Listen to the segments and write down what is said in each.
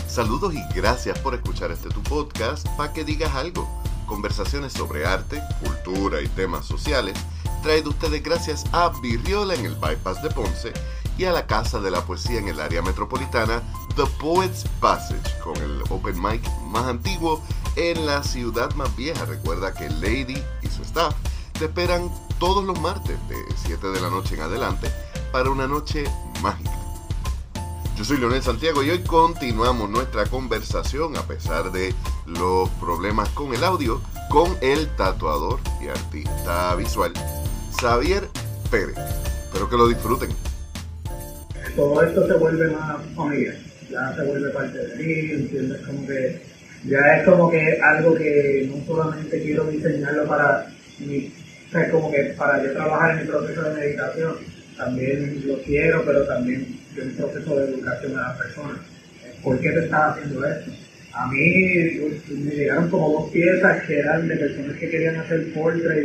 Saludos y gracias por escuchar tu podcast Pa' que digas algo. Conversaciones sobre arte, cultura y temas sociales traído ustedes gracias a Virriola en el Bypass de Ponce y a la Casa de la Poesía en el área metropolitana, The Poets Passage, con el open mic más antiguo en la ciudad más vieja. Recuerda que Lady y su staff te esperan todos los martes de 7 de la noche en adelante para una noche mágica. Yo soy Leonel Santiago y hoy continuamos nuestra conversación a pesar de los problemas con el audio con el tatuador y artista visual Xavier Pérez. Espero que lo disfruten. Todo esto se vuelve más familiar, ya se vuelve parte de mí, ¿entiendes? Como que ya es como que algo que no solamente quiero diseñarlo para mí, o sea, es como que para yo trabajar en mi proceso de meditación, también lo quiero, pero también de un proceso de educación a las personas. ¿Por qué te estás haciendo esto? A mí me llegaron como dos piezas que eran de personas que querían hacer portrait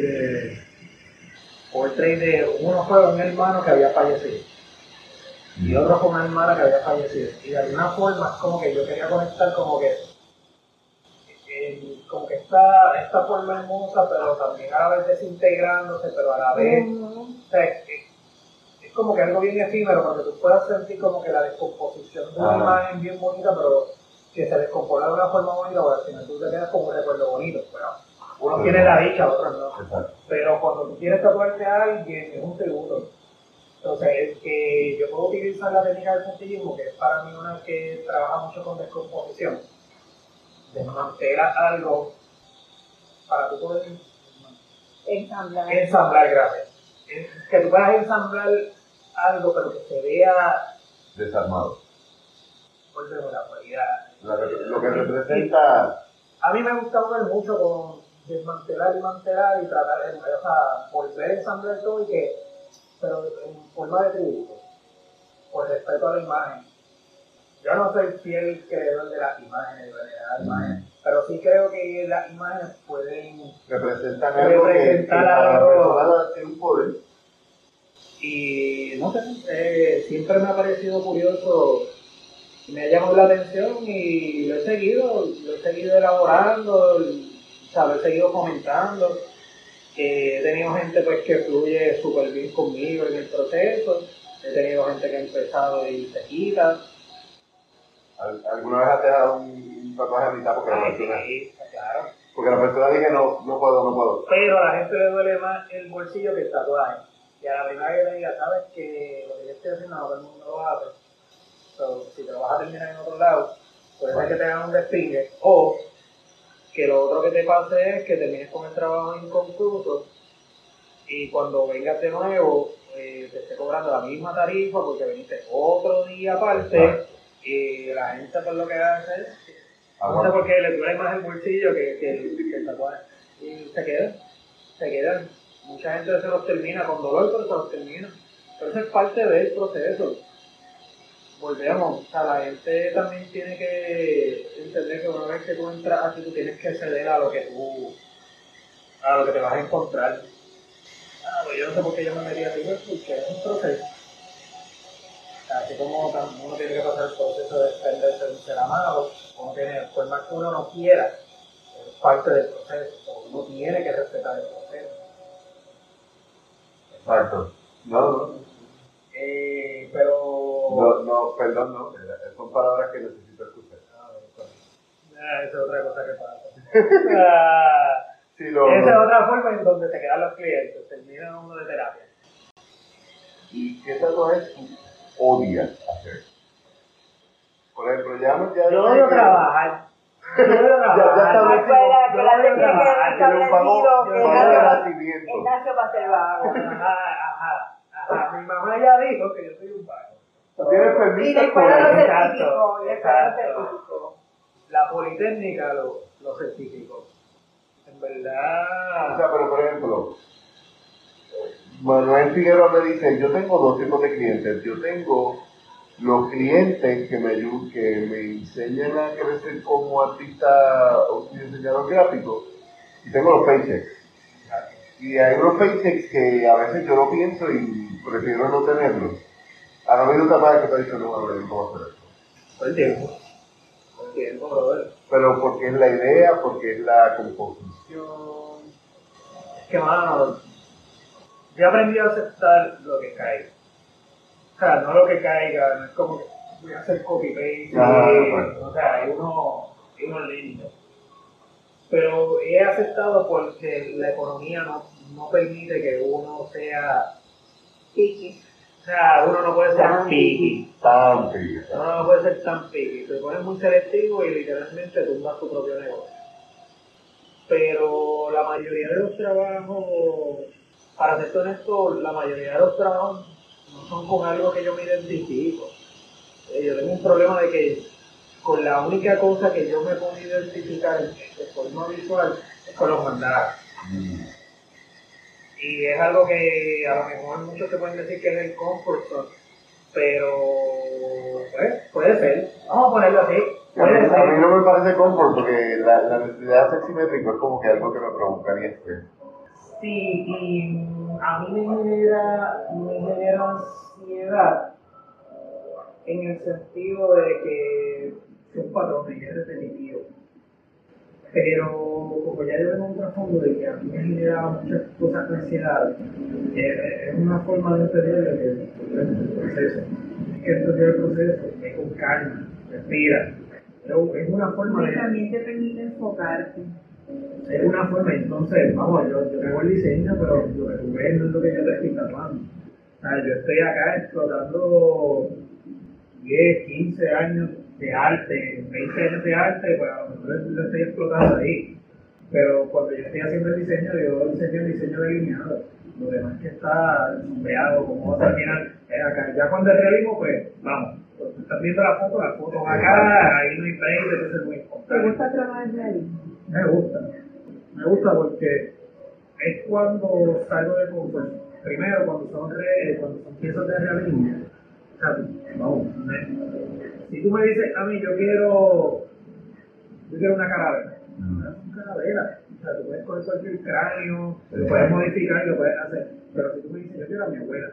de uno fue un hermano que había fallecido y otro fue una hermana que había fallecido, y de alguna forma es como que yo quería conectar como que esta forma hermosa, pero también a la vez desintegrándose, pero a la vez o sea, es como que algo bien efímero, porque tú puedas sentir como que la descomposición de una imagen bien bonita, pero que se descompone de una forma bonita, porque al final tú te quedas como un recuerdo bonito. Bueno, uno tiene la dicha, otros no. Exacto. Pero cuando tú quieres tatuarte a alguien, es un tributo. Entonces, yo puedo utilizar la técnica del puntillismo, que es para mí una que trabaja mucho con descomposición. Desmantelas algo para tú poder ensamblar, gracias. Que tú puedas ensamblar algo, pero que se vea desarmado. Volvemos a la cualidad. Lo que representa. A mí me gusta ver mucho con desmantelar y tratar de, volver a ensamblar todo pero en forma de tributo, por respeto a la imagen. Yo no soy fiel creador de las imágenes, pero sí creo que las imágenes pueden representar algo que para la persona tiene un poder. Y no sé, siempre me ha parecido curioso, me ha llamado la atención y lo he seguido elaborando, lo he seguido comentando. He tenido gente pues que fluye súper bien conmigo en el proceso, he tenido gente que ha empezado y se quita. ¿Alguna vez has dejado un tatuaje a mitad porque la persona? Sí, claro. Porque la persona dice no puedo. Pero a la gente le duele más el bolsillo que el tatuaje. Y a la primera que le diga, sabes que lo que yo estoy haciendo no todo el mundo lo hace. Pero si te lo vas a terminar en otro lado, puede ser que te hagan un despingue. O que lo otro que te pase es que termines con el trabajo inconcluso y cuando vengas de nuevo te esté cobrando la misma tarifa porque viniste otro día aparte. Y la gente por lo que hace es no sé por qué le duele más el bolsillo que el tatuaje. Y se quedan. Mucha gente se los termina con dolor, pero se los termina. Pero eso es parte del proceso. Volvemos, la gente también tiene que entender que una vez que tú entras aquí, tú tienes que ceder a lo que te vas a encontrar. Pues yo no sé por qué yo me metí así, porque es un proceso. Así como uno tiene que pasar el proceso de desprenderse de un ser amado, por más que uno no quiera, es parte del proceso, uno tiene que respetar el proceso. Exacto. Perdón, son palabras que necesito escuchar. Esa es otra cosa que pasa. Esa es otra forma en donde se quedan los clientes, termina uno de terapia. ¿Y qué tatuajes odias hacer? Por ejemplo, yo odio trabajar. Ya Ignacio va a ser vago. Ajá. Mi mamá ya dijo que yo soy un vago. ¿Tienes permiso? Y después lo certificó. La Politécnica lo certificó. En verdad. O sea, pero por ejemplo, Manuel Figueroa me dice, yo tengo dos tipos de clientes. Yo tengo los clientes que me enseñan a crecer como artista o diseñador gráfico, y tengo los paychecks. Y hay unos paychecks que a veces yo lo pienso y prefiero no tenerlos. ¿Han habido tatuajes que te dicen, no, no voy a hacer esto? Todo el tiempo. tiempo, brother. Pero porque es la idea, porque es la composición. Es que, mano, yo aprendí a aceptar lo que caiga. O sea, no lo que caiga, no es como que voy a hacer copy-paste. Bueno. O sea, hay unos límites. Pero he aceptado porque la economía no permite que uno sea... Piqui. O sea, uno no puede ser piqui. Tan piqui. Uno no puede ser tan piqui. Te pones muy selectivo y literalmente tumbas tu propio negocio. Pero la mayoría de los trabajos, para ser honesto, la mayoría de los trabajos no son con algo que yo me identifico. Yo tengo un problema de que con la única cosa que yo me puedo identificar de forma visual es con los mandados. Y es algo que a lo mejor muchos te pueden decir que es el comfort zone, pero pues, puede ser. Vamos a ponerlo así. A mí no me parece confort porque la necesidad de ser simétrico es como que algo que me provocaría estrés. Sí, y a mí me genera ansiedad en el sentido de que es un patrón y es repetitivo. Pero como ya yo tengo un trasfondo de que a mí me genera muchas cosas de ansiedad, es una forma de entender el proceso. Es que entender el proceso, es con calma, respira. Es una forma de... También te permite enfocarte. Es una forma, entonces, vamos, yo hago el diseño, pero lo que tú ves no es lo que yo te estoy tatuando. O sea, yo estoy acá explotando 10, 15 años de arte, 20 años de arte, pues a lo mejor lo estoy explotando ahí. Pero cuando yo estoy haciendo el diseño, yo diseño el diseño delineado. Lo demás que está sombreado, como va a terminar acá. Ya cuando es realismo, pues vamos. Pues, estás viendo la foto acá, ahí no hay break, entonces es muy importante. ¿Te gusta trabajar en realismo? Me gusta porque es cuando salgo de confort. Primero, cuando son piezas de realismo. O sea, vamos, si tú me dices a mí, yo quiero una calavera. Una calavera. O sea, tú puedes coger cualquier cráneo, lo puedes modificar, lo puedes hacer. Pero si tú me dices, yo quiero a mi abuela.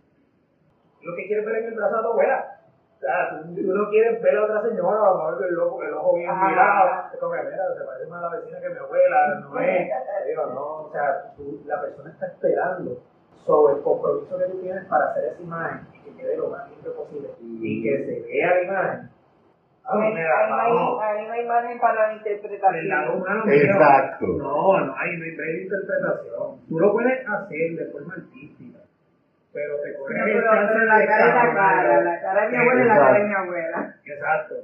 Lo que quieres ver en el brazo de tu abuela. O sea, tú no quieres ver a otra señora, a lo mejor el ojo bien mirado. Es como que, mira, se parece más a la vecina que mi abuela, no es. Digo, no, o sea, la persona está esperando sobre el compromiso que tú tienes para hacer esa imagen y que quede lo más limpio posible y que se vea la imagen. Ahí no hay margen para la interpretación. El lado humano, exacto. No hay interpretación. Tú lo puedes hacer de forma artística, pero te corres el chance de la cara de mi abuela y la cara de mi abuela. Exacto.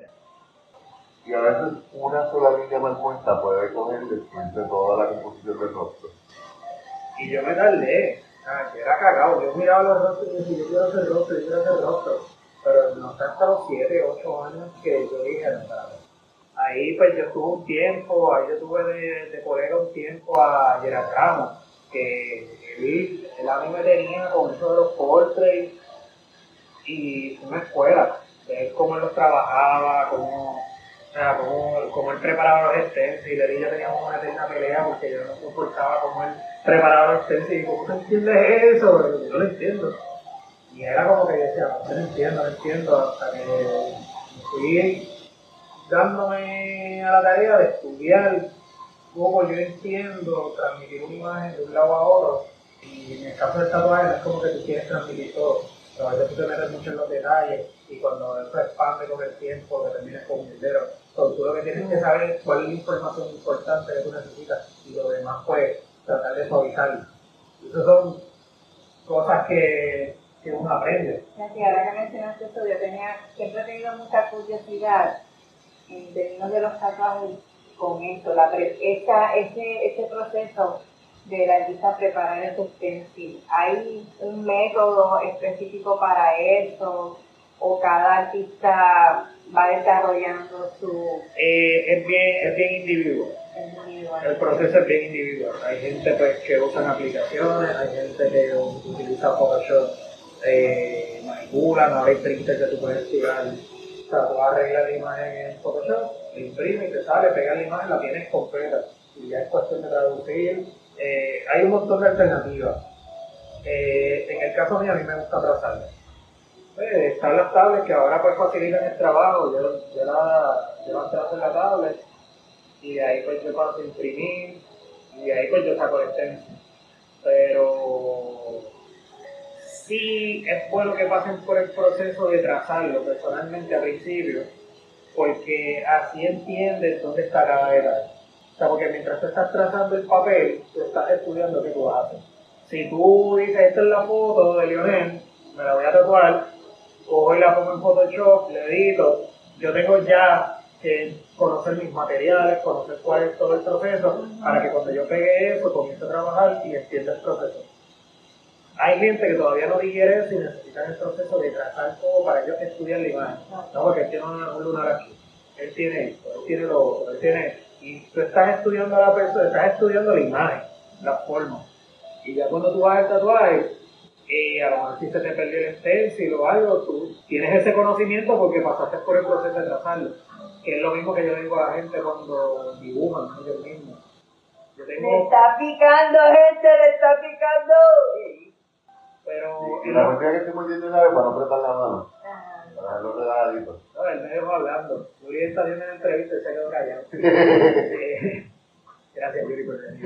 Y a veces una sola línea mal puesta puede coger de toda la composición del rostro. Y yo me tardé. Que era cagado, yo miraba los rostros y decía, yo quiero hacer rostro, pero no fue hasta los 7, 8 años que yo dije, no, ahí pues yo tuve de colega un tiempo a Gerard Ramos, que él a mí me tenía con eso de los portraits y una escuela, de él cómo él los trabajaba, cómo él preparaba los stencils, y él y yo teníamos una eterna pelea porque yo no soportaba cómo él preparaba los stencils y ¿cómo tú entiendes eso? Yo lo entiendo. Y era como que yo decía, no entiendo, hasta que fui dándome a la tarea de estudiar cómo yo entiendo transmitir una imagen de un lado a otro. Y en el caso del tatuaje no es como que tú quieres transmitir todo, pero a veces tú te metes mucho en los detalles y cuando eso expande con el tiempo te terminas con un hildero. Tú lo que tienes que saber es cuál es la información importante que tú necesitas y lo demás pues tratar de suavizarlo. Esas son cosas que uno aprende. Sí, ahora que mencionaste esto, siempre he tenido mucha curiosidad en términos de los tatuajes con esto, ese proceso del artista preparar ese stencil. ¿Hay un método específico para eso o cada artista va desarrollando su...? Es bien individual. El proceso es bien individual. Hay gente pues, que usan aplicaciones, hay gente que utiliza Photoshop, manipulan, ahora hay printer que tú puedes tirar. O sea, tú arreglas la imagen en Photoshop, la imprimes y te sale, pegas la imagen, la tienes completa. Y ya es cuestión de traducir. Hay un montón de alternativas. En el caso mío, a mí me gusta trazarla. O están las tablets que ahora pues facilitan el trabajo. Yo las trazo en la tablet y de ahí pues yo paso a imprimir y de ahí pues yo saco el stencil. Pero sí es bueno que pasen por el proceso de trazarlo personalmente al principio, porque así entiendes dónde está cada detalle. O sea, porque mientras tú estás trazando el papel, tú estás estudiando qué tú vas a hacer. Si tú dices, esta es la foto de Lionel, me la voy a tatuar, cojo y la pongo en Photoshop, le edito, yo tengo ya que conocer mis materiales, conocer cuál es todo el proceso, para que cuando yo pegue eso, comience a trabajar y entienda el proceso. Hay gente que todavía no digiere eso y necesitan el proceso de trazar todo para ellos estudiar la imagen. No, porque él tiene un lunar aquí, él tiene esto, él tiene lo otro, él tiene... Y tú estás estudiando a la persona, estás estudiando la imagen, la forma. Y ya cuando tú vas al tatuaje, a lo mejor si se te perdió el stencil o algo, tú tienes ese conocimiento porque pasaste por el proceso de trazarlo. Que es lo mismo que yo digo a la gente cuando dibujan, ¿no? Ellos mismos. Le está picando, gente, le está picando. Pero la cuestión es que estoy mordiendo una vez para no apretar la mano. Para dejarlo regaladito. No, él me dejó hablando. Yuri está haciendo una entrevista y se quedó callado. Gracias, Yuri, por venir.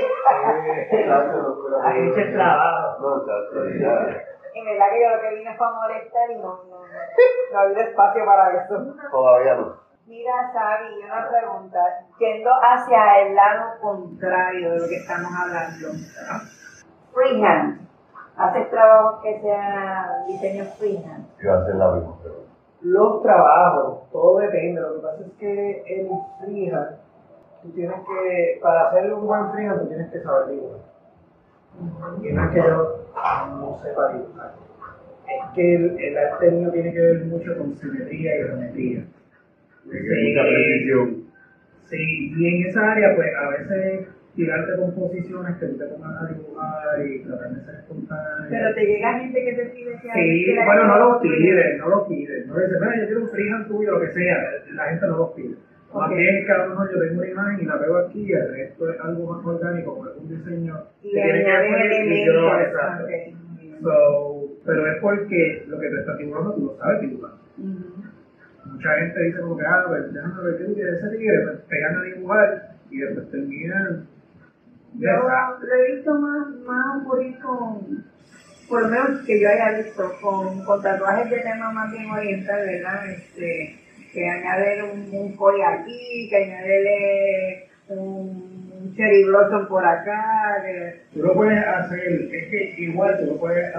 Ahí eché el trabajo. No, chacho, ya. En verdad que yo lo que vine fue a molestar y no había espacio para eso. Todavía no. Mira, Sabi, una pregunta. Yendo hacia el lado contrario de lo que estamos hablando. Freehand. ¿Haces trabajos que sean diseño freehand? Iba a hacer la misma pregunta. Los trabajos, todo depende. Lo que pasa es que el freehand, tú tienes que, para hacer un buen freehand, tú tienes que saber dibujar. Y no es que yo no sepa dibujar. Es que el arte mío tiene que ver mucho con simetría y geometría. Mucha precisión. Sí, y en esa área, pues a veces tirarte composiciones que tú te pongas a dibujar y tratar de ser espontáneo. Pero te llega gente que te pide que sí, bueno, no lo pide. No dice, mira, yo quiero un freehand tuyo, lo que sea. La gente no lo pide. Más bien, cada uno yo tengo una imagen y la veo aquí y el resto es algo más orgánico, como es un diseño y que tiene que ver elementos. Exacto. Pero es porque lo que te estás dibujando tú lo sabes dibujar. Mucha gente dice como que, pues déjame ver qué tú quieres ese tigre, pues pegan a dibujar y después terminan. Yo lo he visto más ocurrir con, por lo menos que yo haya visto, con tatuajes de tema más bien oriental, ¿verdad? Que añadir un koi aquí, que añadirle un cherry blossom por acá. Tú lo puedes hacer, es que igual tú lo puedes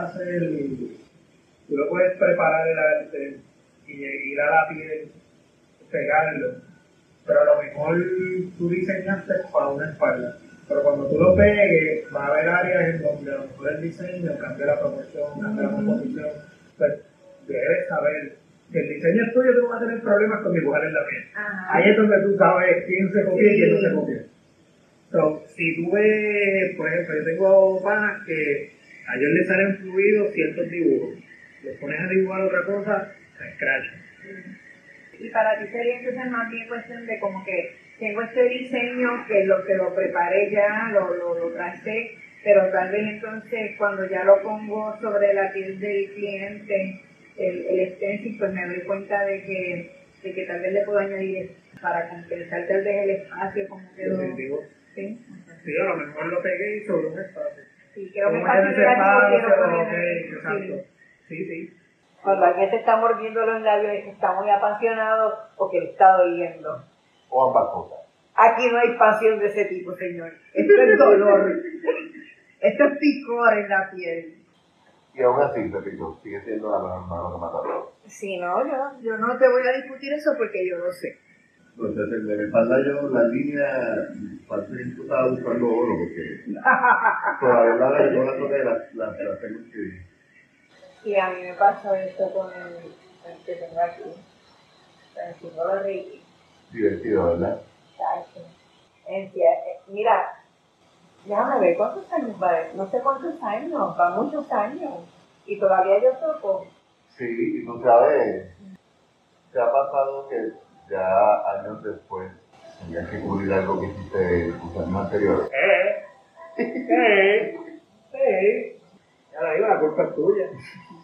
preparar el arte y ir a la piel, pegarlo, pero a lo mejor tú diseñaste para una espalda, pero cuando tú lo pegues va a haber áreas en donde a lo mejor el diseño cambia la proporción, cambia la composición, pues debes saber que el diseño es tuyo, tú no vas a tener problemas con dibujar en la piel. Ahí es donde tú sabes quién se copia y quién no se copia. So, si tú ves, por ejemplo, yo tengo panas que a ellos les salen fluidos ciertos dibujos, los pones a dibujar otra cosa, se escrachan. Y para ti sería entonces más bien cuestión de como que tengo este diseño que lo preparé ya, lo tracé, pero tal vez entonces cuando ya lo pongo sobre la piel del cliente, el stencil, pues me doy cuenta de que tal vez le puedo añadir para compensar tal vez el espacio como quedó. Sí, a lo mejor lo pegué y sobre un espacio. Sí, quiero un espacio exacto. Sí. Cuando alguien se está mordiendo los labios es que está muy apasionado o que le está doliendo. O ambas cosas. Aquí no hay pasión de ese tipo, señor. Esto es dolor. Esto es picor en la piel. Y aún así, repito, sigue siendo la mejor mano que matar. Sí, no, yo no te voy a discutir eso porque yo lo sé. Entonces, de mi espalda yo, la línea, parece que tú estabas buscando oro, porque todavía la de todas las cosas las tengo escritas. Y a mí me pasó esto con el que tengo aquí, con el símbolo Reiki. Divertido, ¿verdad? Mira, déjame ver cuántos años va, no sé cuántos años, va muchos años, y todavía yo toco. Sí, y tú sabes, te ha pasado que ya años después tenías que cubrir algo que hiciste tus años anteriores. Ya la digo, la culpa es tuya.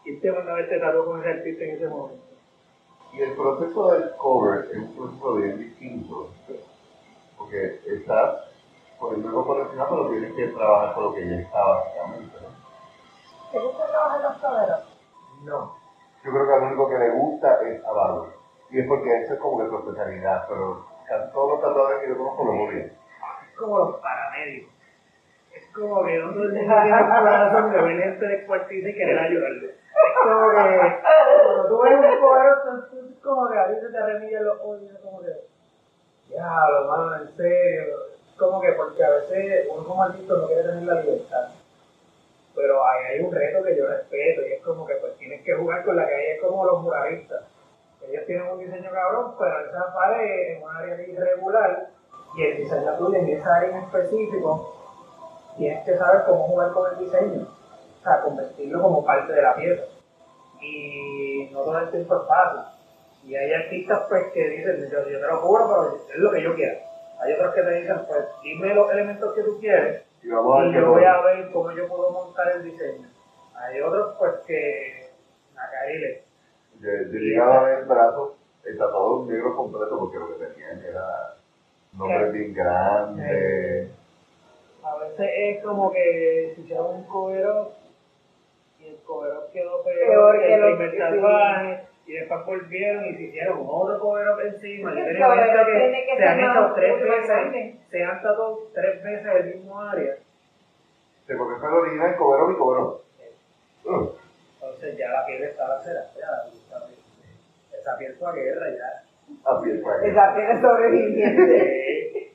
¿Quién te mandó a verte tatuado con ese artista en ese momento? Y el proceso del cover es un proceso bien distinto, porque estás poniendo algo por encima, pero tienes que trabajar con lo que ya está básicamente, ¿no? ¿Te gusta trabajar los coveros? No. Yo creo que lo único que le gusta es a Bárbara. Y es porque eso es como que su especialidad, pero casi todos los tatuadores que yo conozco lo muy bien. Es como los paramédicos. Es como que no todo el mundo tiene el corazón de ver gente descuartiza y querer ayudarle. Es como que cuando tú ves un cobero, es como que a veces te remillan los ojos, como que, diablo, mano, en serio. Es como que porque a veces uno como artista no quiere tener la libertad. Pero ahí hay un reto que yo respeto y es como que pues tienes que jugar con la que hay, es como los muralistas. Ellos tienen un diseño cabrón, pero esa pared en un área irregular y el diseño tuyo en esa área en específico, tienes que saber cómo jugar con el diseño, o sea, convertirlo como parte de la pieza. Y no todo el tiempo es fácil. Y hay artistas pues que dicen, yo te lo juro, pero es lo que yo quiero. Hay otros que te dicen, pues dime los elementos que tú quieres Y vamos a ver y yo voy a ver cómo yo puedo montar el diseño. Hay otros pues que acariles. Yo llegaba a ver el brazo, está todo un negro completo porque lo que tenían era nombres bien grandes. A veces es como que se hicieron un cover y el cover quedó peor que el primer tatuaje y después volvieron y se hicieron otro cover encima. Sí, Yo el tenía cover gente tiene que que se ser han más hecho 3 oscuro y más veces, grande. se han tatuado 3 veces el mismo área. Sí, porque fue el original, cobró y cobró. Entonces ya la piel está lacerada, esa piel fue a guerra ya. Así es, pues. La piel es sobreviviente.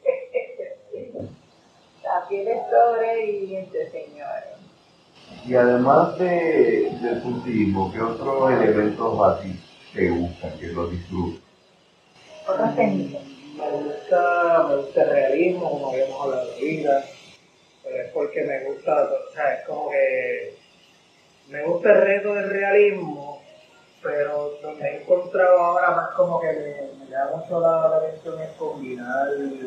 La piel es sobreviviente, señores. Y además del puntillismo, ¿qué otros elementos a ti te gustan, que lo disfrutas? Otras técnicas. Me gusta el realismo, como habíamos hablado ahorita, pero es porque me gusta, o sea, es como que me gusta el reto del realismo, pero donde he encontrado ahora más como que me llama mucho la atención es combinar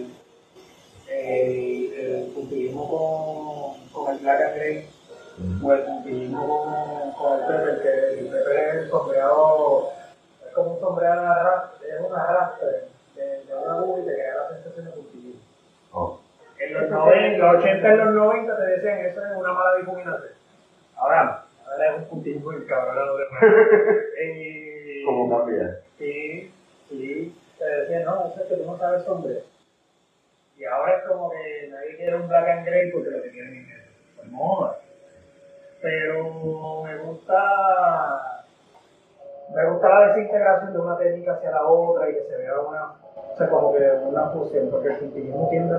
el puntillismo con el black and grey, o el puntillismo con el pepper, que el pepper es el sombreado, es como un sombreado es un arrastre de una aguja y te crea la sensación de puntillismo. Oh. En los 90, los 80 y los 90 te decían eso es una mala difuminación. Ahora es un puntillismo encabronado de nuevo. ¿Cómo cambia? Sí, te decían, no, eso es que tú no sabes sombrear. Y ahora es como que nadie quiere un black and grey porque lo que quieren es moda. Pero me gusta la desintegración de una técnica hacia la otra y que se vea como que una fusión, porque el puntillismo tiende a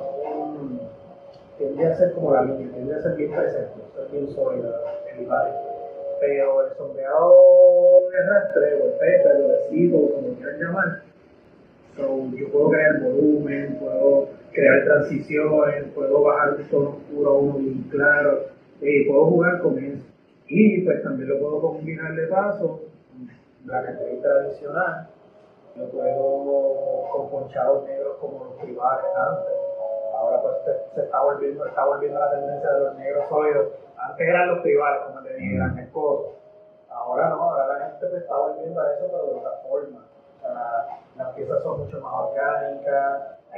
ser como la línea, tiende a ser bien presente, ser bien sólida en el aire. Pero el sombreado de rastreo, el pepper, el recito, como quieran llamar, yo puedo crear volumen, puedo crear transiciones, puedo bajar un tono oscuro a uno bien claro, y puedo jugar con eso. Y pues también lo puedo combinar de paso, black and grey tradicional, lo puedo con ponchados negros como los tribales antes. Ahora pues se está volviendo la tendencia de los negros sólidos. Antes eran los tribales, como te dije, eran el codo. Ahora no, ahora la gente pues está volviendo a eso, pero de otra forma. O sea, las piezas son mucho más orgánicas.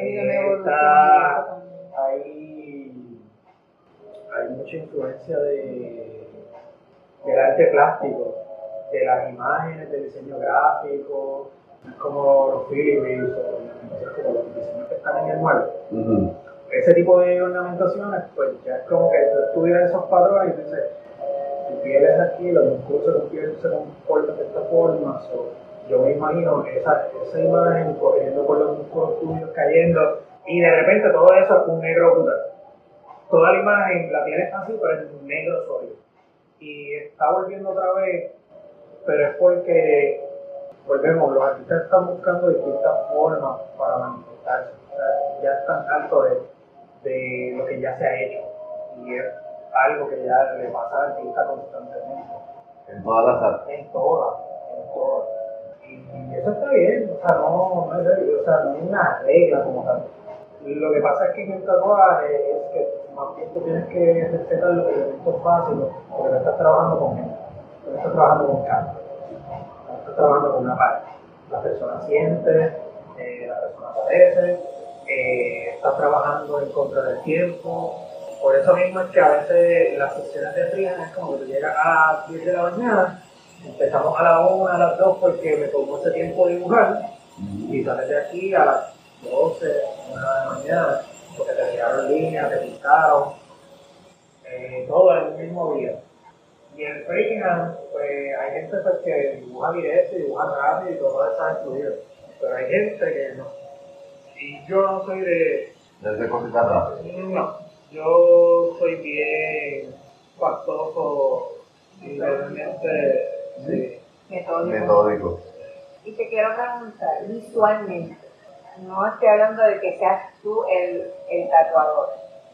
Hay mucha influencia del arte plástico, de las imágenes, del diseño gráfico, como los filigranes o como los diseños que están en el mueble. Ese tipo de ornamentaciones, pues ya es como que tú estudias esos patrones y dices, tu piel es aquí, los músculos de tu piel se comportan de esta forma. Yo me imagino esa imagen corriendo por los músculos tuyos, cayendo, y de repente todo eso es un negro brutal. Toda la imagen la tienes así, pero es un negro sólido. Y está volviendo otra vez, pero es porque, volvemos, los artistas están buscando distintas formas para manifestarse. O sea, ya están hartos de lo que ya se ha hecho. Y es algo que ya le pasa al artista constantemente. En todas las artes. En todas. Y eso está bien, o sea, no hay una regla como tal. Lo que pasa es que en el tatuaje es que más bien tú tienes que respetar los elementos básicos porque tú estás trabajando con gente. no estás trabajando con calma, no estás trabajando con una pared. La persona siente, la persona padece, estás trabajando en contra del tiempo. Por eso mismo es que a veces las sesiones de freelance es como que tú llegas a las 10 de la mañana, empezamos a las 1, a las 2 porque me tomó ese tiempo dibujar y sales de aquí a las 12, 1 de la mañana porque te tiraron líneas, te pintaron, todo en el mismo día. Y en freelance, pues hay gente pues, que dibuja directo y dibuja rápido y todo está incluido. Pero hay gente que no. Y yo no soy de... Desde cositas rápidas. No. Yo soy bien pastoso y realmente sí. Metódico. Y te quiero preguntar, visualmente, no estoy hablando de que seas tú el tatuador.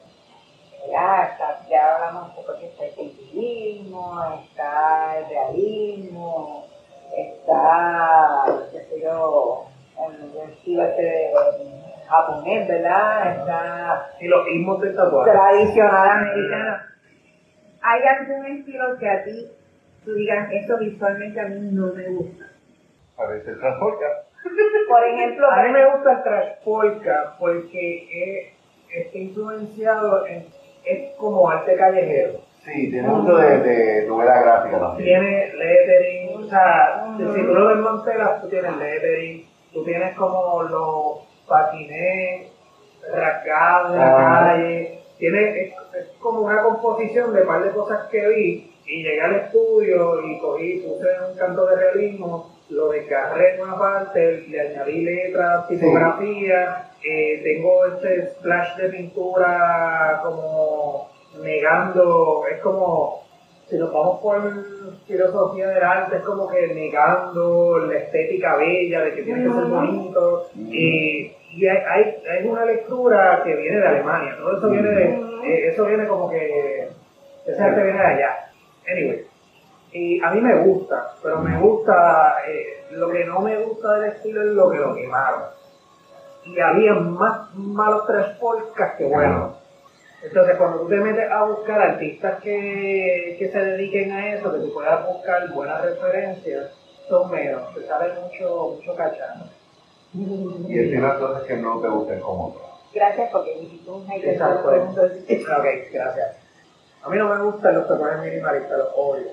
Ya hablamos un poco que está el estilismo, está el realismo, está, qué sé yo, el estilo japonés, ¿verdad? Está Y los ismos del tatuaje. tradicional americano. ¿Hay algún estilo que a ti, tú digas, eso visualmente a mí no me gusta? A veces transporta. Por ejemplo, A mí me gusta el trash polka porque está influenciado es como arte callejero. Sí, tiene mucho de novela gráfica también. Tiene lettering, o sea, si tú lo desmantelas, tú tienes lettering, tú tienes como los patinés rasgados en la calle, es como una composición de un par de cosas que vi y llegué al estudio y puse un canto de realismo, lo desgarré en una parte, le añadí letras, tipografía, tengo este splash de pintura como negando, es como, si nos vamos por filosofía del arte, es como que negando la estética bella de que tiene que ser bonito, y hay una lectura que viene de Alemania, todo eso viene eso viene como que, ese arte viene de allá, anyway. Y a mí me gusta, pero me gusta, lo que no me gusta del estilo es lo que lo quemaron. Y había más malos trash polkas que buenos. Entonces, cuando tú te metes a buscar artistas que se dediquen a eso, que tú puedas buscar buenas referencias, son menos, te sale mucho cachano. Y estilos entonces que no te gusten como otros. gracias porque dijiste un hate. Exacto. Ok, gracias. A mí no me gustan los tatuajes minimalistas, los odio.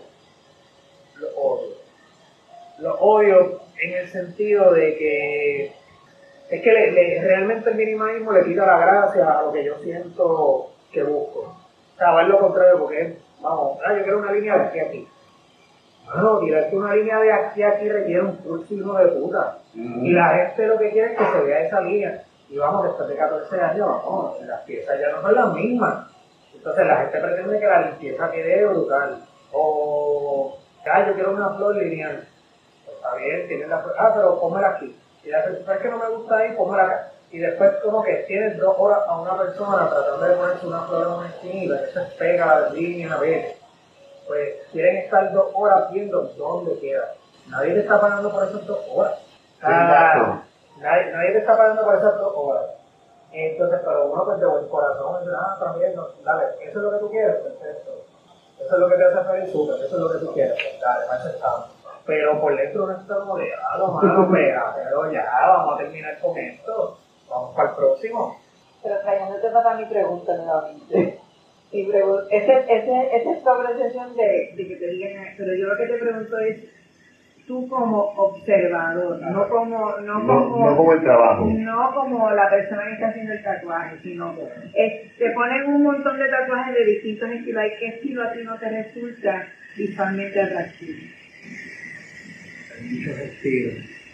Los odio en el sentido de que es que realmente el minimalismo le quita la gracia a lo que yo siento que busco. O sea, va en lo contrario, porque es, vamos, yo quiero una línea de aquí a aquí. Bueno, tirarte una línea de aquí a aquí requiere un pulso hijo de puta. Y la gente lo que quiere es que se vea esa línea. Y vamos, después de 14 años, vamos, las piezas ya no son las mismas. Entonces la gente pretende que la limpieza quede brutal. O, yo quiero una flor lineal. Pues está bien, tienes la flor, pero pónmela aquí. Y la persona es que no me gusta ahí, pónmela acá. Y después como que tienes 2 horas a una persona tratando de ponerse una flor en una esquina, eso es pega la línea, a ver. Pues quieren estar 2 horas viendo dónde queda. Nadie te está pagando por esas 2 horas. Nadie te está pagando por esas 2 horas. Entonces, pero uno pues de buen corazón dice, también, dale, eso es lo que tú quieres, perfecto. Eso es lo que te hace feliz, súper, eso es lo que tú quieres, pues dale, más estamos. Pero por dentro no está modelado, mano, pero ya, vamos a terminar con esto. Vamos para el próximo. Pero trayéndote para mi pregunta nuevamente. Esa es tu apreciación de que te digan, pero yo lo que te pregunto es, tú como observador, no como el trabajo. No como la persona que está haciendo el tatuaje, sino te ponen un montón de tatuajes de distintos estilos. ¿Qué estilo a ti no te resulta visualmente atractivo? Hay muchos estilos.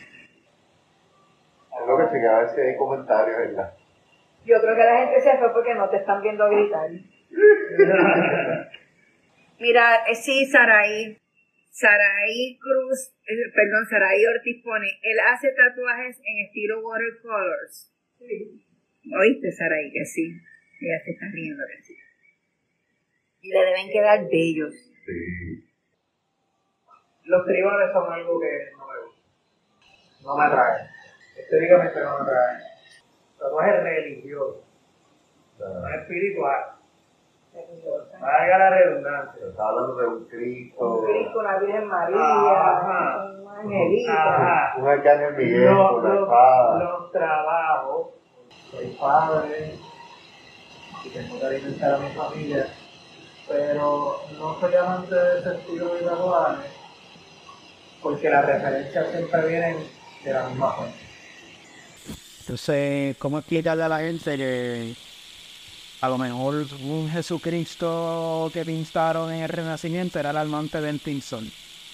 Es lo que se queda a veces hay comentarios, ¿verdad? Yo creo que la gente se fue porque no te están viendo gritar. Mira, sí, Saraí Ortiz pone, él hace tatuajes en estilo watercolors. Sí. ¿Oíste, Saraí? Que sí. Ella se está riendo que sí. Y le deben quedar bellos. Sí. Los tribales son algo que no me gusta. No me atraen. Estéticamente no me atraen. Tatuaje religioso. No es espiritual. religiosa. Valga la redundancia. Está hablando de un Cristo, Un Cristo, una Virgen María, Ajá. un angelito. Ajá. un arcángel Miguel Los, con la los, espada. los trabajos, soy padre y tengo que alimentar a mi familia, pero no soy amante de ese estilo de tatuajes porque las referencias siempre vienen de la misma fuente. Entonces, ¿cómo explicarle a la gente que a lo mejor un Jesucristo que pintaron en el Renacimiento era el amante de Tinson?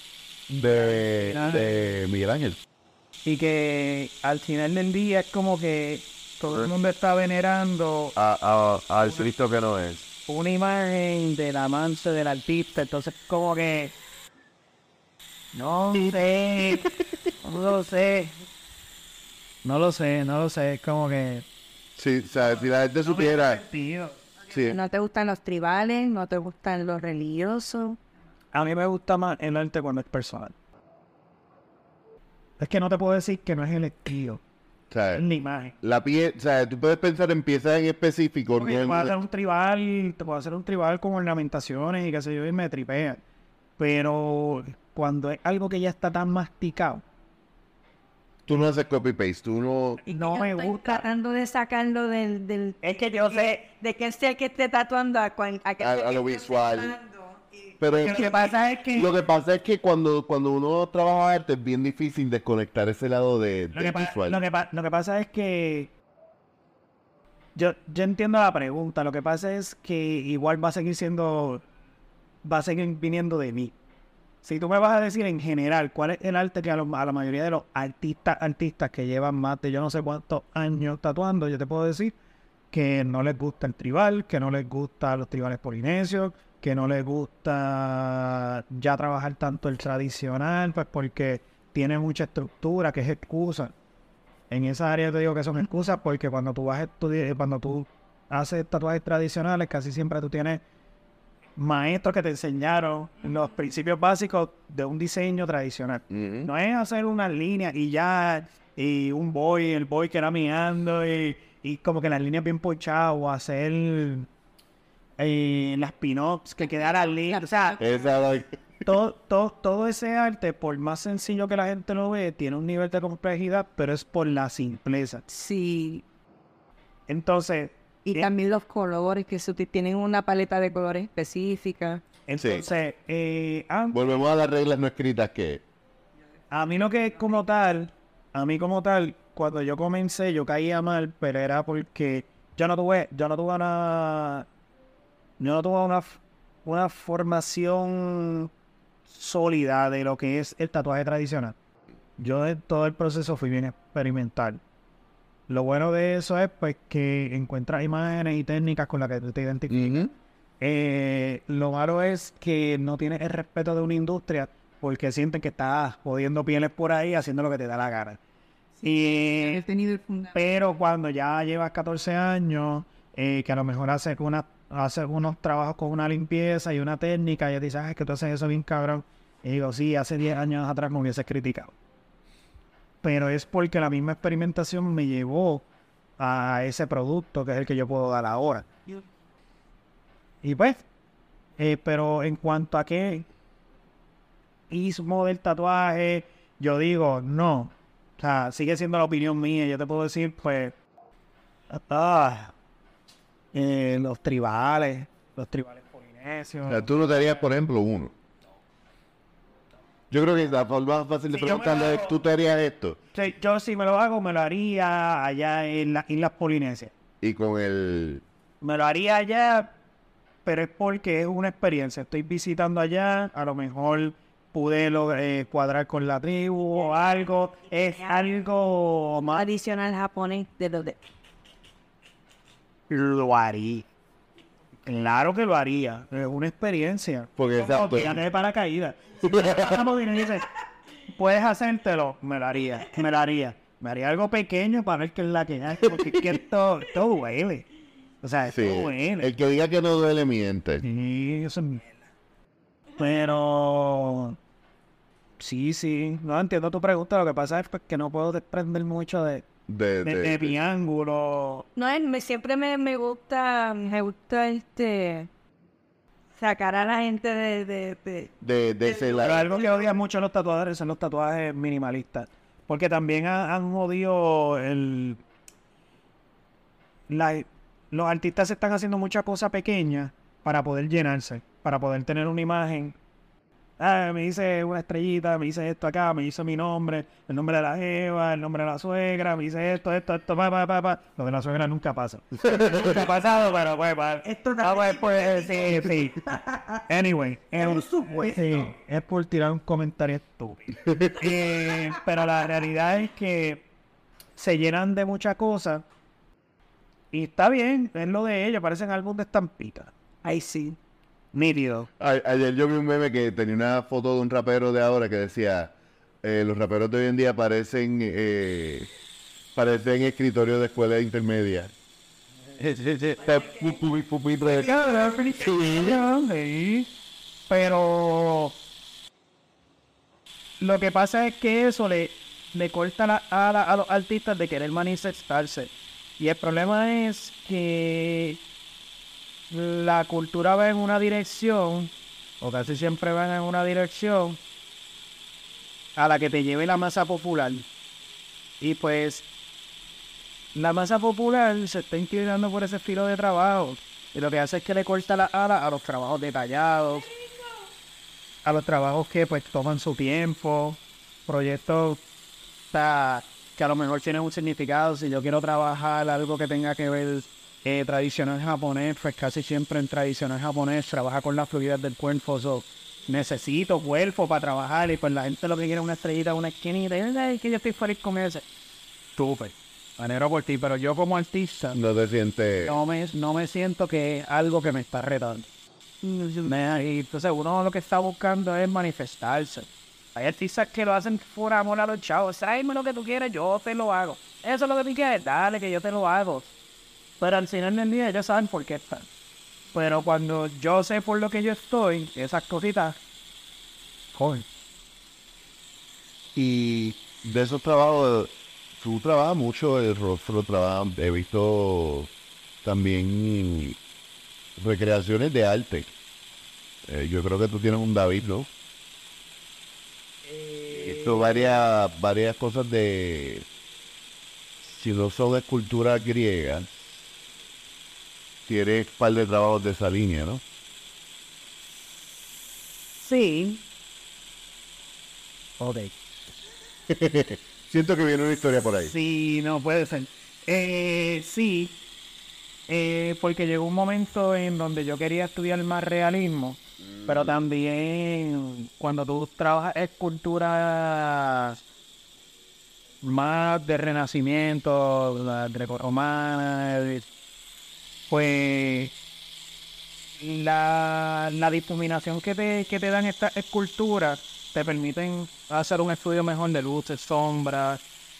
De Miguel Ángel. Y que al final del día es como que todo el mundo está venerando Al Cristo que no es. una imagen del amante del artista. Entonces, como que no sé, no lo sé, es como que Sí, o sea, si la gente supiera. tío. Sí. ¿No te gustan los tribales? ¿No te gustan los religiosos? A mí me gusta más el arte cuando es personal. Es que no te puedo decir que no es el estilo, O sea, es la imagen. la pieza, o sea, tú puedes pensar en piezas en específico. Porque te puedo hacer un tribal con ornamentaciones y qué sé yo, y me tripea. Pero cuando es algo que ya está tan masticado, Tú no haces copy-paste, tú no. no me Estoy gusta. tratando de sacarlo del Es que yo sé, de que sea el que esté tatuando a que A lo visual. Pero lo que pasa es que, lo que pasa es que cuando uno trabaja arte es bien difícil desconectar ese lado del visual. lo que pasa es que yo entiendo la pregunta. Lo que pasa es que igual va a seguir viniendo de mí. Si tú me vas a decir en general cuál es el arte que a la mayoría de los artistas que llevan más de yo no sé cuántos años tatuando, yo te puedo decir que no les gusta el tribal, que no les gustan los tribales polinesios, que no les gusta ya trabajar tanto el tradicional, pues porque tiene mucha estructura, que es excusa. En esa área te digo que son excusas porque cuando tú vas a estudiar, cuando tú haces tatuajes tradicionales, casi siempre tú tienes maestros que te enseñaron los principios básicos de un diseño tradicional. Ujú. No es hacer unas líneas y ya, y el boy que era mirando y como que las líneas bien ponchadas o hacer las pin-ups que quedaran líneas. O sea, todo ese arte, por más sencillo que la gente lo ve, tiene un nivel de complejidad, pero es por la simpleza. Sí. Entonces, Y también los colores, que tienen una paleta de colores específica. entonces Volvemos a las reglas no escritas que. a mí lo que como tal, cuando yo comencé, yo caía mal, pero era porque yo no tuve una formación sólida de lo que es el tatuaje tradicional. Yo de todo el proceso fui bien experimental. Lo bueno de eso es pues que encuentras imágenes y técnicas con las que tú te identificas. Lo malo es que no tienes el respeto de una industria porque sienten que estás jodiendo pieles por ahí haciendo lo que te da la gana. He tenido el fundamento. Pero cuando ya llevas 14 años, que a lo mejor haces unos trabajos con una limpieza y una técnica, y ya dices, es que tú haces eso bien cabrón. Y digo, sí, hace 10 años atrás me hubieses criticado. Pero es porque la misma experimentación me llevó a ese producto que es el que yo puedo dar ahora. Y pues, pero en cuanto a qué ismo del tatuaje, yo digo, no. O sea, sigue siendo la opinión mía. Yo te puedo decir, pues, los tribales polinesios. O sea, tú no te harías, por ejemplo, uno. Yo creo que la forma más fácil de Si yo me preguntarle lo es, hago- ¿tú te harías esto? Sí, yo si me lo hago, me lo haría allá en las Islas Polinesias. Y con el... Me lo haría allá, pero es porque es una experiencia. Estoy visitando allá, a lo mejor pude cuadrar con la tribu o algo. Es algo más... Adicional japonés de los de... Lo haría. Claro que lo haría. Es una experiencia. Porque exacto. Tírate de paracaídas. Si me y me dice, puedes hacértelo, me lo haría. Me haría algo pequeño para ver qué es la que hay. Porque es que esto duele. O sea, esto Sí, duele. el que diga que no duele miente. Sí, eso es mierda. Pero... Sí. No entiendo tu pregunta. Lo que pasa es pues, que no puedo desprender mucho de mi ángulo. No, siempre me gusta sacar a la gente de ese Pero lado. algo que odian mucho los tatuadores son los tatuajes minimalistas. Porque también han jodido los artistas se están haciendo muchas cosas pequeñas para poder llenarse, para poder tener una imagen. Me hice una estrellita, me hice esto acá, me hice mi nombre, el nombre de la jeva, el nombre de la suegra, me hice esto, pa. Lo de la suegra nunca pasa. Nunca ha pasado, pero pues, sí. Anyway, sí, es por tirar un comentario estúpido. Pero la realidad es que se llenan de muchas cosas y está bien, es lo de ellos, parecen álbum de estampitas. Ay, sí. Nítido. Ayer yo vi un meme que tenía una foto de un rapero de ahora que decía, los raperos de hoy en día parecen escritorios de escuela intermedia. Sí, pero lo que pasa es que eso le corta la ala a los artistas de querer manifestarse. Y el problema es que la cultura va en una dirección, o casi siempre van en una dirección, a la que te lleve la masa popular. Y pues, la masa popular se está inclinando por ese estilo de trabajo. Y lo que hace es que le corta la ala a los trabajos detallados, a los trabajos que pues toman su tiempo, proyectos que a lo mejor tienen un significado. Si yo quiero trabajar algo que tenga que ver tradicional japonés, pues casi siempre en tradicional japonés trabaja con la fluidez del cuerpo. Necesito cuerpo para trabajar y pues la gente lo que quiere es una estrellita, una esquinita. Y que yo estoy feliz con ese. Súper. Manero por ti, pero yo como artista No te sientes... no me siento que es algo que me está retando. Y entonces uno lo que está buscando es manifestarse. Hay artistas que lo hacen por amor a los chavos. Tráeme lo que tú quieras, yo te lo hago. Eso es lo que tú quieres, dale que yo te lo hago. Pero al final del día ellos saben por qué están. Pero cuando yo sé por lo que yo estoy, esas cositas, joder. Y de esos trabajos, tú trabajas mucho el rostro, he visto también recreaciones de arte. Yo creo que tú tienes un David, ¿no? Esto varias cosas de, si no son esculturas griegas, tienes un par de trabajos de esa línea, ¿no? Sí. Ok. Siento que viene una historia por ahí. Sí, no puede ser. Sí. Porque llegó un momento en donde yo quería estudiar más realismo, pero también cuando tú trabajas esculturas más de renacimiento, la grecorromana, pues la difuminación que te dan estas esculturas te permiten hacer un estudio mejor de luces, sombras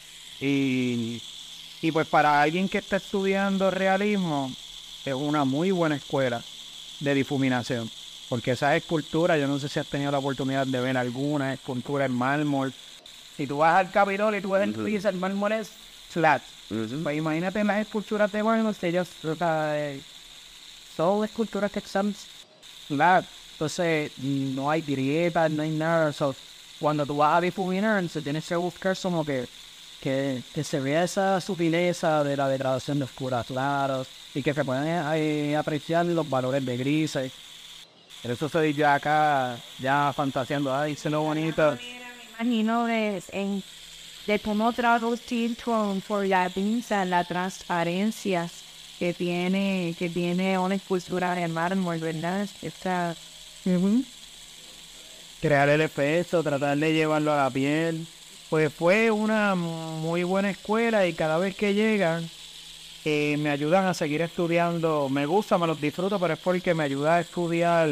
y pues para alguien que está estudiando realismo es una muy buena escuela de difuminación, porque esas esculturas, yo no sé si has tenido la oportunidad de ver alguna escultura en mármol. Si tú vas al Capitolio y tú ves el mármol es flat. Pues imagínate las esculturas de mármol, ellos son esculturas que están flat. Entonces no hay grietas, no hay nada. Cuando tú vas a difuminar, se tienes que buscar como que se vea esa sutileza de la degradación de oscuras claros y que se puedan apreciar los valores de grises. Pero eso estoy yo acá ya fantaseando, ay, se lo bonito. Me imagino de cómo traducir por la pinza la transparencia que tiene una escultura de mármol, ¿verdad? Crear el efecto, tratar de llevarlo a la piel. Pues fue una muy buena escuela y cada vez que llegan me ayudan a seguir estudiando. Me gusta, me los disfruto, pero es porque me ayuda a estudiar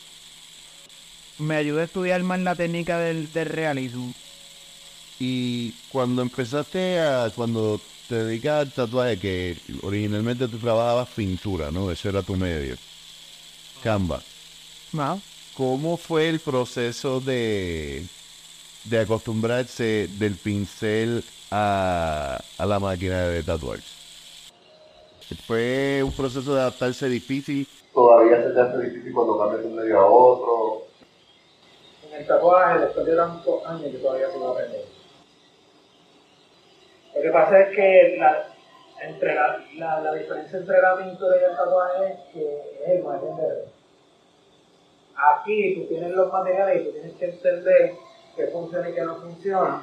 más la técnica del realismo. Y cuando cuando te dedicas al tatuaje, que originalmente tú trabajabas pintura, ¿no? Ese era tu medio. Canva. ¿No? ¿Cómo fue el proceso de acostumbrarse del pincel a la máquina de tatuar? Fue un proceso de adaptarse difícil. Todavía se te hace difícil cuando cambias de un medio a otro. En el tatuaje, después de tantos años, yo todavía sigo aprendiendo. Lo que pasa es que la diferencia entre la pintura y el tatuaje es que es el margen de error. Aquí tú tienes los materiales y tú tienes que entender qué funciona y qué no funciona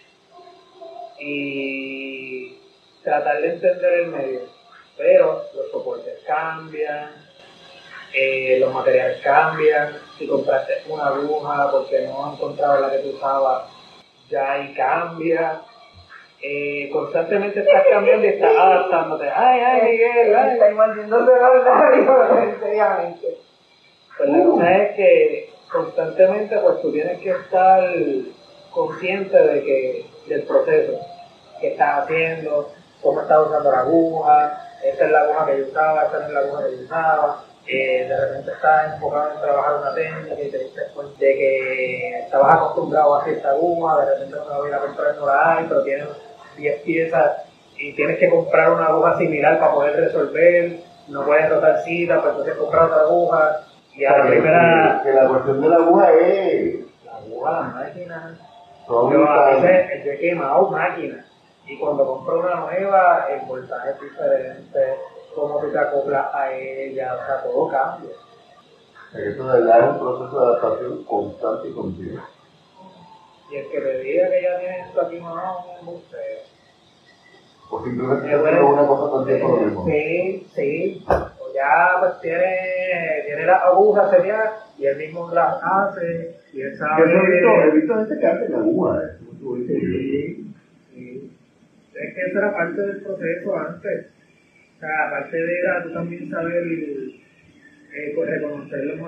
y tratar de entender el medio. Pero los soportes cambian, los materiales cambian. Si compraste una aguja porque no encontrabas la que tú usabas, ya ahí cambia. Constantemente estás cambiando y estás adaptándote. Ay, Miguel, ay. Estoy mordiéndose los labios, seriamente. Pues la cosa es que constantemente pues tú tienes que estar consciente del proceso que estás haciendo, cómo estás usando la aguja, esta es la aguja que yo usaba, esta no es la aguja que yo usaba. De repente estás enfocado en trabajar una técnica y te diste cuenta de que estabas acostumbrado a cierta aguja, de repente no la voy a comprar, no la hay, pero tienes 10 piezas y tienes que comprar una aguja similar para poder resolver, no puedes rotar cita, pues entonces comprar otra aguja. Y a la primera... Que la cuestión de la aguja es... La aguja, la máquina... Son Yo a tan- veces yo he quemado máquinas y cuando compro una nueva el voltaje es diferente, cómo tú te acoplas a ella, o sea, todo cambia. que esto de verdad es un proceso de adaptación constante y continuo. Y el que te diga que ya tienes esto aquí no es embuste. O simplemente estás haciendo una cosa todo el tiempo lo mismo. Sí. O ya pues tiene las agujas sería y él mismo las hace y él sabe. He visto gente que hace la aguja. Sí. Es que eso era parte del proceso antes. O sea, aparte de tú también saber reconocer los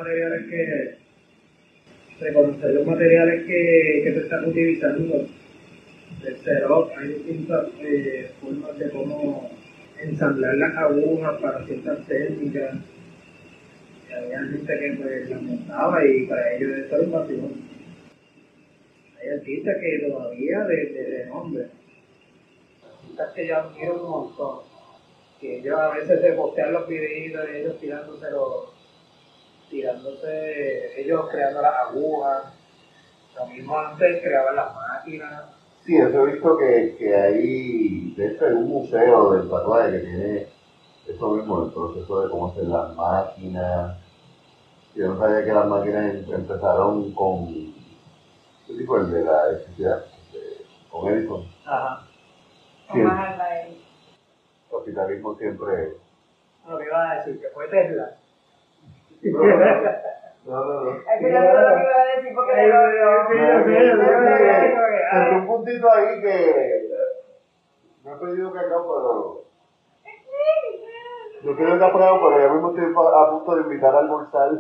materiales que tú estás utilizando. El setup, hay distintas formas de cómo ensamblar las agujas para ciertas técnicas. Y había gente que pues las montaba y para ellos eso era un vacilón. Hay artistas que todavía de renombre, artistas que ya admiro un montón, que ellos a veces se postean los videitos de ellos ellos creando las agujas, lo mismo antes creaban las máquinas. Sí, eso he visto que hay, de hecho hay un museo del tatuaje que tiene eso mismo, el proceso de cómo hacer las máquinas. Yo no sabía que las máquinas empezaron con, ¿qué tipo? El de la electricidad, con Edison. Ajá. Sí, Más al aire. el capitalismo siempre... Lo que iba a decir, que fue Tesla. No. Es que yo no lo iba a decir porque no lo veo. Hay un puntito ahí que no he pedido cacao, pero yo quiero cacao, pero ya mismo estoy a punto de invitar a almorzar.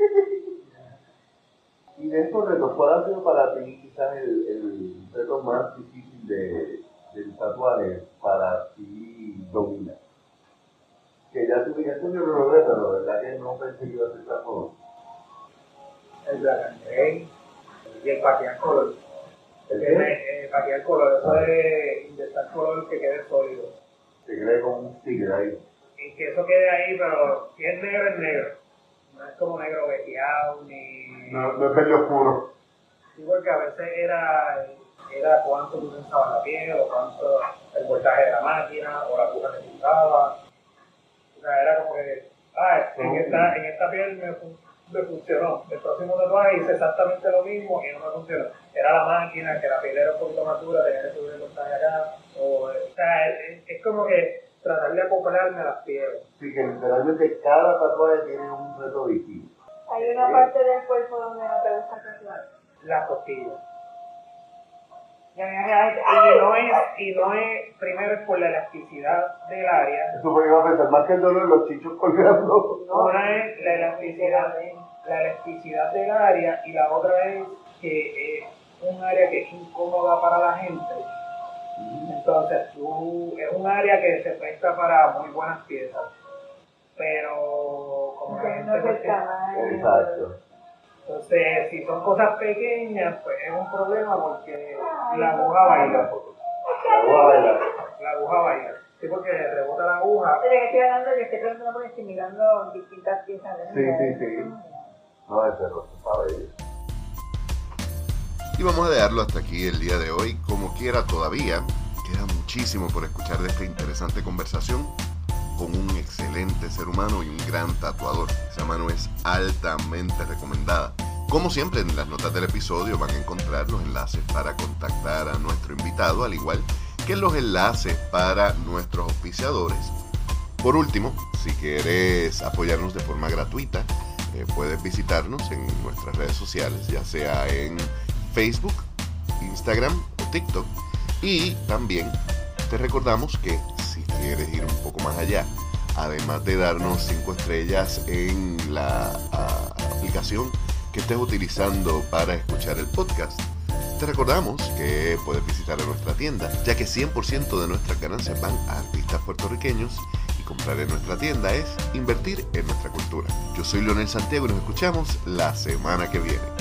Y de estos retos, ¿cuál ha sido para ti quizás el reto más difícil del tatuaje para ti dominar? Que ya tú digas, yo lo logré, pero de verdad que no pensé que iba a ser tan joven. El Black and Grey y el Paquial Color. El Paquial Color, eso es inyectar color que quede sólido. Se cree como un tigre ahí. Y que eso quede ahí, pero si es negro. No es como negro veteado ni. No es verde oscuro. Sí, porque a veces era cuánto tú pensabas la piel, o cuánto el voltaje de la máquina, o la aguja que tú usabas. O sea, era como que, en esta piel me funcionó. El próximo tatuaje hice exactamente lo mismo y no me funcionó. Era la máquina, que la piel era un poquito más dura, tenía que subir el voltaje acá. O sea, es como que tratar de acoplarme a las pieles. Sí, que literalmente cada tatuaje tiene un reto distinto. Hay una parte del cuerpo donde no te gusta tatuar. Las costillas. Ya me había Y no es, primero es por la elasticidad del área. Eso fue que iba a pensar, más que el dolor, los chichos colgando. Una es la elasticidad del área y la otra es que es un área que es incómoda para la gente. Entonces es un área que se presta para muy buenas piezas. Pero como la gente pues, Exacto. entonces, si son cosas pequeñas, pues es un problema porque la aguja baila. La aguja baila. La aguja baila. Sí, porque rebota la aguja haces. Oye, que estoy hablando, yo estoy preguntando porque estoy mirando distintas piezas de Sí. No, ese rostro está bello. Y vamos a dejarlo hasta aquí el día de hoy. Como quiera, todavía queda muchísimo por escuchar de esta interesante conversación con un excelente ser humano y un gran tatuador. Esa mano es altamente recomendada. Como siempre, en las notas del episodio van a encontrar los enlaces para contactar a nuestro invitado, al igual que los enlaces para nuestros auspiciadores. Por último, si quieres apoyarnos de forma gratuita, puedes visitarnos en nuestras redes sociales, ya sea en Facebook, Instagram o TikTok. Y también te recordamos que si quieres ir un poco más allá, además de darnos 5 estrellas en la aplicación que estés utilizando para escuchar el podcast, te recordamos que puedes visitar a nuestra tienda, ya que 100% de nuestras ganancias van a artistas puertorriqueños y comprar en nuestra tienda es invertir en nuestra cultura. Yo soy Leonel Santiago y nos escuchamos la semana que viene.